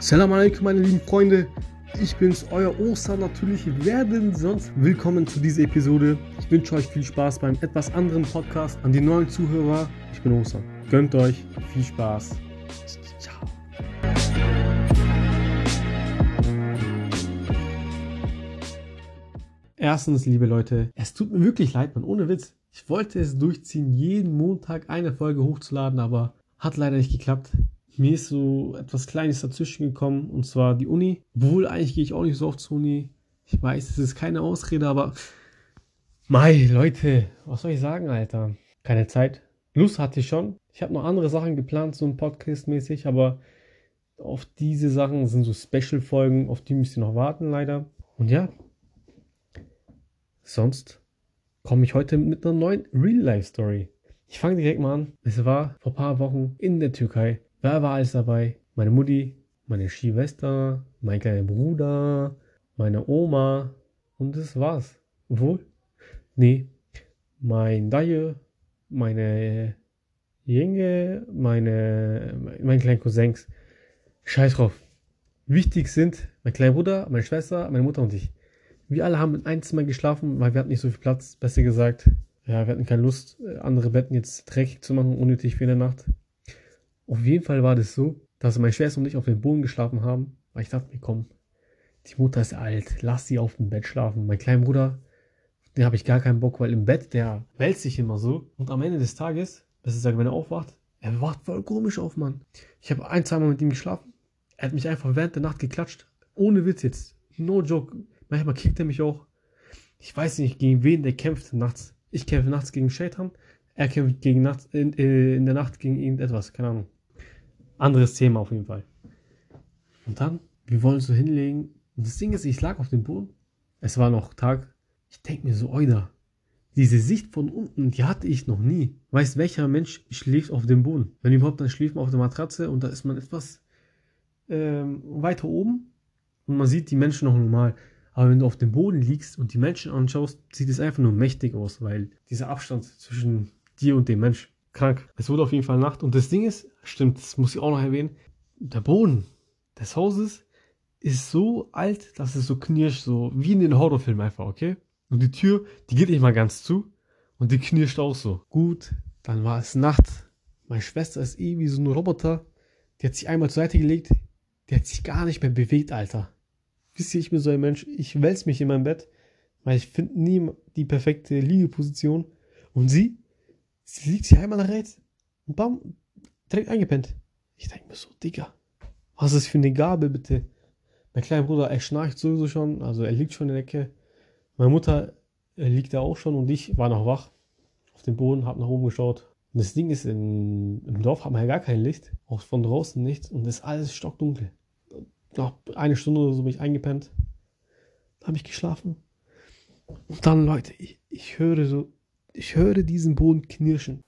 Salam alaikum, meine lieben Freunde. Ich bin's, euer Osan natürlich. Wer denn sonst? Willkommen zu dieser Episode. Ich wünsche euch viel Spaß beim etwas anderen Podcast. An die neuen Zuhörer, ich bin Osan. Gönnt euch viel Spaß. Ciao. Erstens, liebe Leute, es tut mir wirklich leid, Mann, ohne Witz. Ich wollte es durchziehen, jeden Montag eine Folge hochzuladen, aber hat leider nicht geklappt. Mir ist so etwas Kleines dazwischen gekommen, und zwar die Uni. Obwohl, eigentlich gehe ich auch nicht so oft zur Uni. Ich weiß, es ist keine Ausrede, aber Leute, was soll ich sagen, Alter? Keine Zeit. Lust hatte ich schon. Ich habe noch andere Sachen geplant, so ein Podcast-mäßig, aber auf diese Sachen sind so Special-Folgen, auf die müsst ihr noch warten, leider. Und ja, sonst komme ich heute mit einer neuen Real-Life-Story. Ich fange direkt mal an. Es war vor ein paar Wochen in der Türkei. Wer war alles dabei? Meine Mutti, meine Schwester, mein kleiner Bruder, meine Oma und das war's. Obwohl? Nee, mein Daje, meine Jenge, meine kleinen Cousins. Scheiß drauf. Wichtig sind mein kleiner Bruder, meine Schwester, meine Mutter und ich. Wir alle haben in einem Zimmer geschlafen, weil wir hatten nicht so viel Platz, besser gesagt. Ja, wir hatten keine Lust, andere Betten jetzt dreckig zu machen, unnötig für eine Nacht. Auf jeden Fall war das so, dass meine Schwester und ich auf dem Boden geschlafen haben, weil ich dachte mir, komm, die Mutter ist alt, lass sie auf dem Bett schlafen. Mein kleiner Bruder, den habe ich gar keinen Bock, weil im Bett, der wälzt sich immer so. Und am Ende des Tages, besser gesagt, wenn er aufwacht, er wacht voll komisch auf, Mann. Ich habe ein, zweimal mit ihm geschlafen. Er hat mich einfach während der Nacht geklatscht. Ohne Witz jetzt. No joke. Manchmal kickt er mich auch. Ich weiß nicht, gegen wen der kämpft nachts. Ich kämpfe nachts gegen Shaitan. Er kämpft in der Nacht gegen irgendetwas. Keine Ahnung. Anderes Thema auf jeden Fall. Und dann, wir wollen so hinlegen. Und das Ding ist, ich lag auf dem Boden. Es war noch Tag. Ich denke mir so, Oida, diese Sicht von unten, die hatte ich noch nie. Weißt, welcher Mensch schläft auf dem Boden? Wenn überhaupt, dann schläft man auf der Matratze und da ist man etwas weiter oben und man sieht die Menschen noch normal. Aber wenn du auf dem Boden liegst und die Menschen anschaust, sieht es einfach nur mächtig aus, weil dieser Abstand zwischen dir und dem Mensch, krank. Es wurde auf jeden Fall Nacht. Und das Ding ist, stimmt, das muss ich auch noch erwähnen, der Boden des Hauses ist so alt, dass es so knirscht, so wie in den Horrorfilmen einfach, okay? Und die Tür, die geht nicht mal ganz zu und die knirscht auch so. Gut, dann war es Nacht. Meine Schwester ist wie so ein Roboter. Die hat sich einmal zur Seite gelegt, die hat sich gar nicht mehr bewegt, Alter. Wisst ihr, ich bin so ein Mensch, ich wälze mich in meinem Bett, weil ich finde nie die perfekte Liegeposition. Und sie liegt sich einmal nach rechts und bam, direkt eingepennt. Ich denke mir so, Digga, was ist das für eine Gabel, bitte? Mein kleiner Bruder, er schnarcht sowieso schon, also er liegt schon in der Ecke. Meine Mutter liegt da auch schon und ich war noch wach auf dem Boden, hab nach oben geschaut. Und das Ding ist, im Dorf hat man ja gar kein Licht, auch von draußen nichts und es ist alles stockdunkel. Nach eine Stunde oder so bin ich eingepennt. Dann habe ich geschlafen. Und dann, Leute, ich höre diesen Boden knirschen.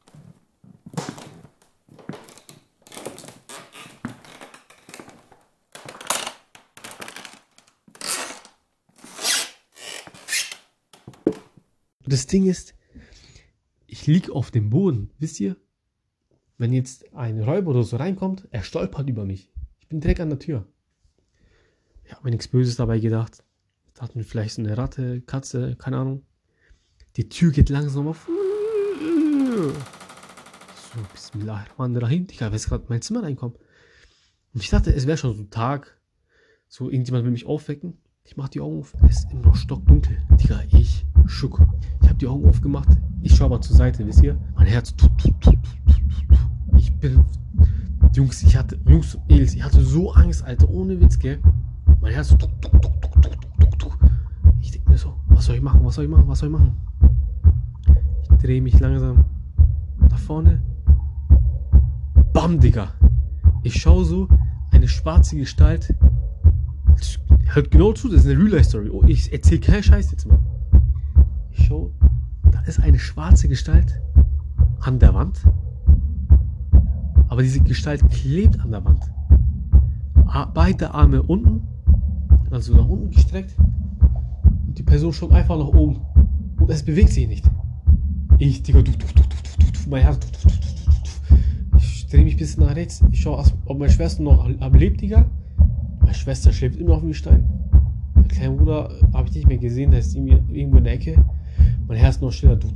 Das Ding ist, ich liege auf dem Boden, wisst ihr? Wenn jetzt ein Räuber oder so reinkommt, er stolpert über mich. Ich bin direkt an der Tür. Ich habe mir nichts Böses dabei gedacht. Ich dachte mir vielleicht so eine Ratte, Katze, keine Ahnung. Die Tür geht langsam auf. So, Bismillahirrahmanirrahim. Ich weiß gerade in mein Zimmer reinkommen. Und ich dachte, es wäre schon so Tag. So, irgendjemand will mich aufwecken. Ich mache die Augen auf. Es ist immer noch stockdunkel. Digga, ich schuck. Ich habe die Augen aufgemacht. Ich schaue mal zur Seite, wisst ihr? Mein Herz. Ich bin... Jungs, ich hatte so Angst, Alter. Ohne Witz, gell? Mein Herz. Ich denke mir so, was soll ich machen? Ich drehe mich langsam nach vorne. Bam, Digga. Ich schaue so, eine schwarze Gestalt. Hört genau zu, das ist eine Real-Life-Story. Oh, ich erzähle keinen Scheiß jetzt mal. Ich schaue, da ist eine schwarze Gestalt an der Wand. Aber diese Gestalt klebt an der Wand. Beide Arme unten, also nach unten gestreckt. Und die Person schaut einfach nach oben. Und es bewegt sich nicht. Ich, Digga, mein Herz. Ich drehe mich ein bisschen nach rechts. Ich schaue, ob meine Schwester noch am lebt, Digga. Meine Schwester schläft immer auf dem Gestein. Mein kleiner Bruder habe ich nicht mehr gesehen, der ist irgendwie irgendwo in der Ecke. Mein Herz noch schneller. Du.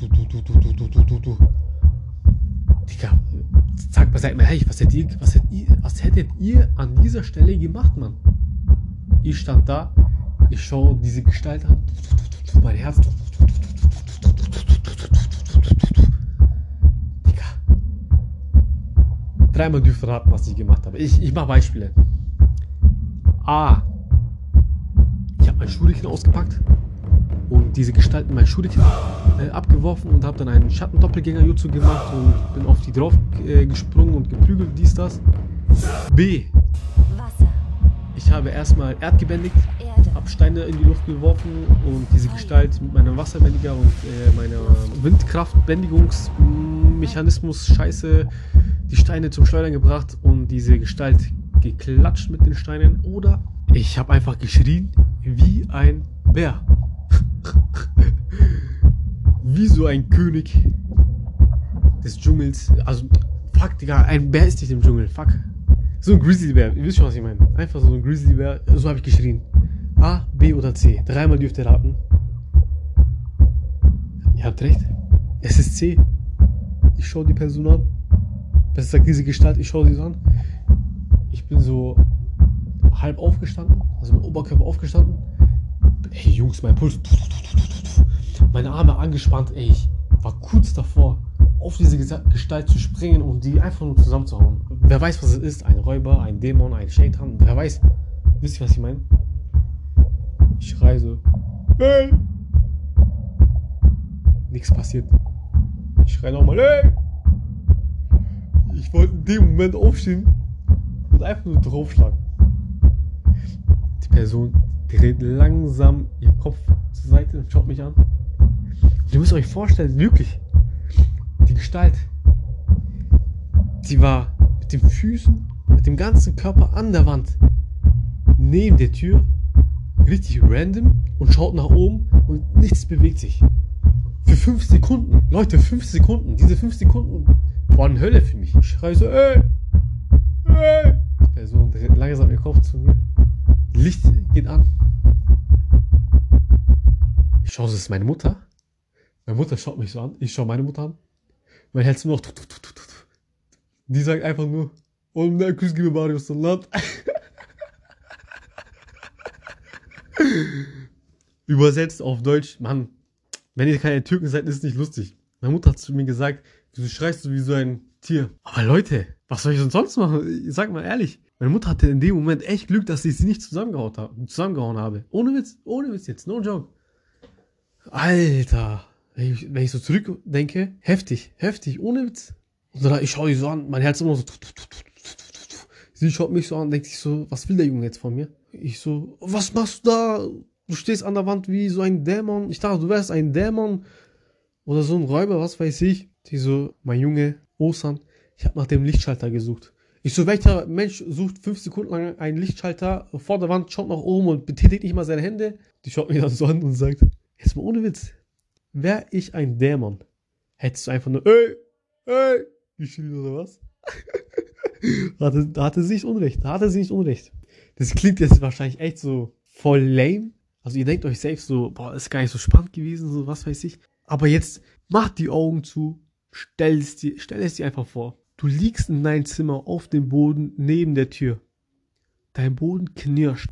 Digga, sagt mal ehrlich, was hättet ihr an dieser Stelle gemacht, Mann? Ich stand da, ich schaue diese Gestalt an, mein Herz. Digga. Dreimal dürft ihr raten, was ich gemacht habe. Ich mache Beispiele. A. Ich habe mein Schuriken ausgepackt und diese Gestalt in mein Schuriken abgeworfen und habe dann einen Schattendoppelgänger-Jutsu gemacht und bin auf die drauf gesprungen und geprügelt, dies, das. B. Wasser, Ich habe erstmal Erdgebändigt, Erde, habe Steine in die Luft geworfen und diese Gestalt mit meinem Wasserbändiger und meiner Windkraftbändigungsmechanismus Scheiße die Steine zum Schleudern gebracht und diese Gestalt geklatscht mit den Steinen. Oder ich habe einfach geschrien wie ein Bär. Wie so ein König des Dschungels. Also, fuck, Digga, ein Bär ist nicht im Dschungel, fuck. So ein Grizzlybär, ihr wisst schon, was ich meine. Einfach so ein Grizzlybär, so habe ich geschrien. A, B oder C. Dreimal dürft ihr raten. Ihr habt recht. Es ist C. Ich schaue die Person an. Besser gesagt, diese Gestalt, ich schaue sie so an. Ich bin so halb aufgestanden, also mit Oberkörper aufgestanden. Ey, Jungs, mein Puls. Meine Arme angespannt, ey. Ich war kurz davor, auf diese Gestalt zu springen und die einfach nur zusammenzuhauen. Wer weiß, was es ist. Ein Räuber, ein Dämon, ein Shaitan. Wer weiß. Wisst ihr, was ich meine? Ich schreie so. Hey! Nichts passiert. Ich schreie nochmal. Hey! Ich wollte in dem Moment aufstehen und einfach nur draufschlagen. Die Person dreht langsam ihr Kopf zur Seite und schaut mich an. Und ihr müsst euch vorstellen, wirklich, die Gestalt, die war mit den Füßen, mit dem ganzen Körper an der Wand, neben der Tür, richtig random und schaut nach oben und nichts bewegt sich. Für 5 Sekunden, Leute, 5 Sekunden, diese 5 Sekunden waren Hölle für mich. Ich schreie so, ey, ey. Die Person dreht langsam ihr Kopf zu mir. Licht geht an. Ich schaue, es ist meine Mutter. Meine Mutter schaut mich so an. Ich schaue meine Mutter an. Mein Herz nur noch. Die sagt einfach nur, oh nein, Küss, gib mir Marius Salat. Übersetzt auf Deutsch, Mann, wenn ihr keine Türken seid, ist es nicht lustig. Meine Mutter hat zu mir gesagt, du schreist so wie so ein Tier. Aber Leute, was soll ich denn sonst machen? Ich sag mal ehrlich. Meine Mutter hatte in dem Moment echt Glück, dass ich sie nicht zusammengehauen habe. Ohne Witz jetzt, no joke. Alter, wenn ich so zurückdenke, heftig, ohne Witz. Und dann, ich schaue die so an, mein Herz immer so. Sie schaut mich so an, denkt sich so, was will der Junge jetzt von mir? Ich so, was machst du da? Du stehst an der Wand wie so ein Dämon. Ich dachte, du wärst ein Dämon oder so ein Räuber, was weiß ich. Die so, mein Junge, Osan, ich habe nach dem Lichtschalter gesucht. Ich so, welcher Mensch sucht 5 Sekunden lang einen Lichtschalter vor der Wand, schaut nach oben und betätigt nicht mal seine Hände? Die schaut mich dann so an und sagt, jetzt mal ohne Witz, wär ich ein Dämon, hättest du einfach nur, ey, geschrien oder was? Da hatte sie nicht Unrecht. Das klingt jetzt wahrscheinlich echt so voll lame. Also ihr denkt euch selbst so, boah, ist gar nicht so spannend gewesen, so was weiß ich. Aber jetzt macht die Augen zu, stell es dir einfach vor. Du liegst in deinem Zimmer auf dem Boden neben der Tür. Dein Boden knirscht.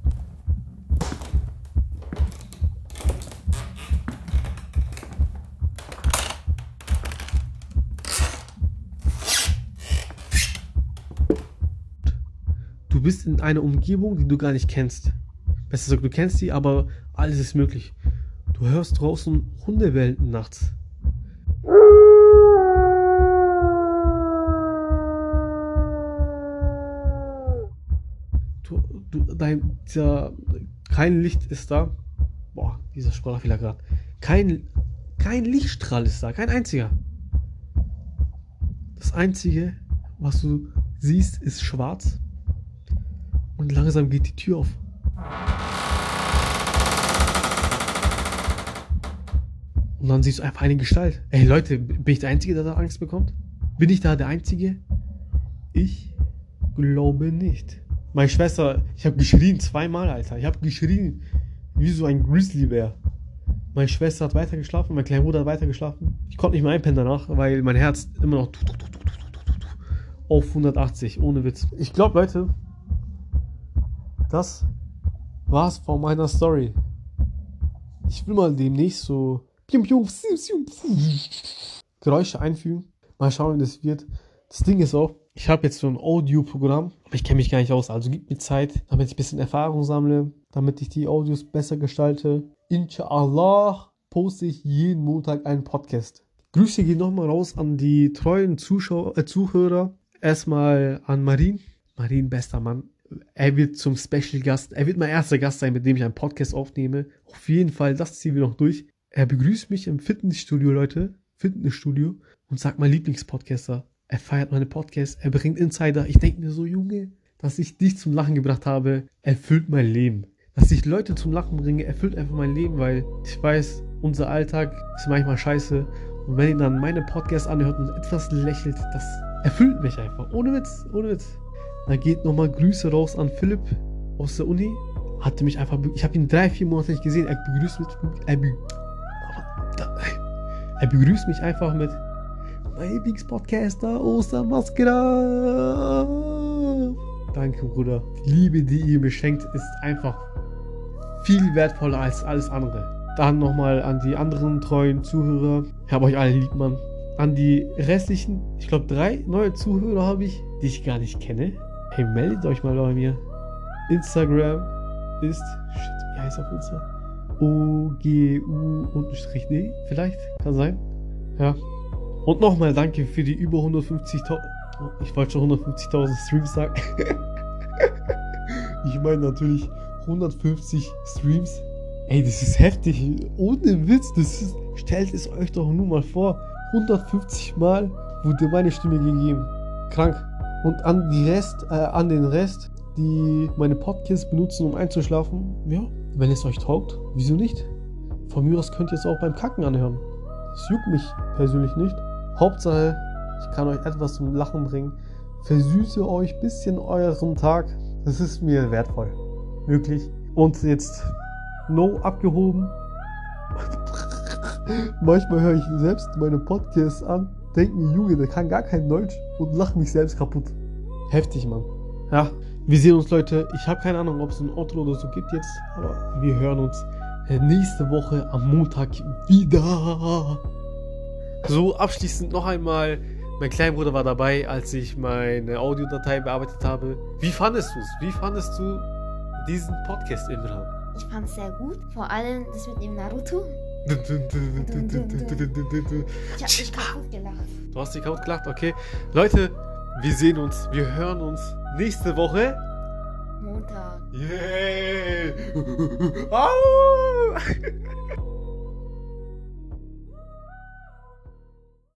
Du bist in einer Umgebung, die du gar nicht kennst. Besser gesagt, du kennst sie, aber alles ist möglich. Du hörst draußen Hundewelpen nachts. Kein Licht ist da. Boah, dieser Sprachfehler gerade. Kein Lichtstrahl ist da, kein einziger. Das Einzige, was du siehst, ist schwarz. Und langsam geht die Tür auf. Und dann siehst du einfach eine Gestalt. Ey Leute, bin ich der Einzige, der da Angst bekommt? Bin ich da der Einzige? Ich glaube nicht. Meine Schwester, ich habe geschrien 2-mal, Alter. Ich habe geschrien wie so ein Grizzlybär. Meine Schwester hat weiter geschlafen, mein kleiner Bruder hat weiter geschlafen. Ich konnte nicht mehr einpennen danach, weil mein Herz immer noch auf 180, ohne Witz. Ich glaube, Leute, das war's von meiner Story. Ich will mal demnächst so Geräusche einfügen. Mal schauen, wie das wird. Das Ding ist auch, ich habe jetzt so ein Audioprogramm, aber ich kenne mich gar nicht aus. Also gib mir Zeit, damit ich ein bisschen Erfahrung sammle, damit ich die Audios besser gestalte. Inshallah poste ich jeden Montag einen Podcast. Grüße gehen nochmal raus an die treuen Zuhörer. Erstmal an Marin. Marin, bester Mann. Er wird zum Special Gast. Er wird mein erster Gast sein, mit dem ich einen Podcast aufnehme. Auf jeden Fall, das ziehen wir noch durch. Er begrüßt mich im Fitnessstudio, Leute. Fitnessstudio. Und sagt mein Lieblingspodcaster. Er feiert meine Podcasts. Er bringt Insider. Ich denke mir so, Junge, dass ich dich zum Lachen gebracht habe, erfüllt mein Leben. Dass ich Leute zum Lachen bringe, erfüllt einfach mein Leben, weil ich weiß, unser Alltag ist manchmal scheiße. Und wenn ihr dann meine Podcasts anhört und etwas lächelt, das erfüllt mich einfach. Ohne Witz, ohne Witz. Da geht nochmal Grüße raus an Philipp aus der Uni. Hatte mich einfach, ich habe ihn 3-4 Monate nicht gesehen. Er begrüßt mich einfach mit mein Lieblingspodcaster Ostermaskera. Danke, Bruder. Die Liebe, die ihr mir schenkt, ist einfach viel wertvoller als alles andere. Dann nochmal an die anderen treuen Zuhörer. Ich habe euch alle lieb, Mann. An die restlichen, ich glaube 3 neue Zuhörer habe ich, die ich gar nicht kenne. Hey, meldet euch mal bei mir. Instagram ist, wie heißt auf Insta? OGU_D, vielleicht? Kann sein. Ja. Und nochmal danke für die über 150.000, ich wollte schon 150.000 Streams sagen. Ich meine natürlich 150 Streams. Ey, das ist heftig. Ohne Witz, stellt es euch doch nur mal vor. 150 Mal wurde meine Stimme gegeben. Krank. Und an den Rest, die meine Podcasts benutzen, um einzuschlafen, ja, wenn es euch taugt, wieso nicht? Von mir aus könnt ihr es auch beim Kacken anhören. Das juckt mich persönlich nicht. Hauptsache, ich kann euch etwas zum Lachen bringen. Versüße euch ein bisschen euren Tag. Das ist mir wertvoll. Wirklich. Und jetzt no abgehoben. Manchmal höre ich selbst meine Podcasts an, denke mir, Junge, der kann gar kein Deutsch und lache mich selbst kaputt. Heftig, Mann. Ja, wir sehen uns, Leute. Ich habe keine Ahnung, ob es ein Outro oder so gibt jetzt, aber wir hören uns nächste Woche am Montag wieder. So, abschließend noch einmal. Mein kleiner Bruder war dabei, als ich meine Audiodatei bearbeitet habe. Wie fandest du es? Wie fandest du diesen Podcast, Imran? Ich fand es sehr gut. Vor allem das mit dem Naruto. Ich hab mich kaputt gelacht. Du hast dich kaputt gelacht? Okay. Leute, wir sehen uns, wir hören uns nächste Woche. Montag. Yeah! Au!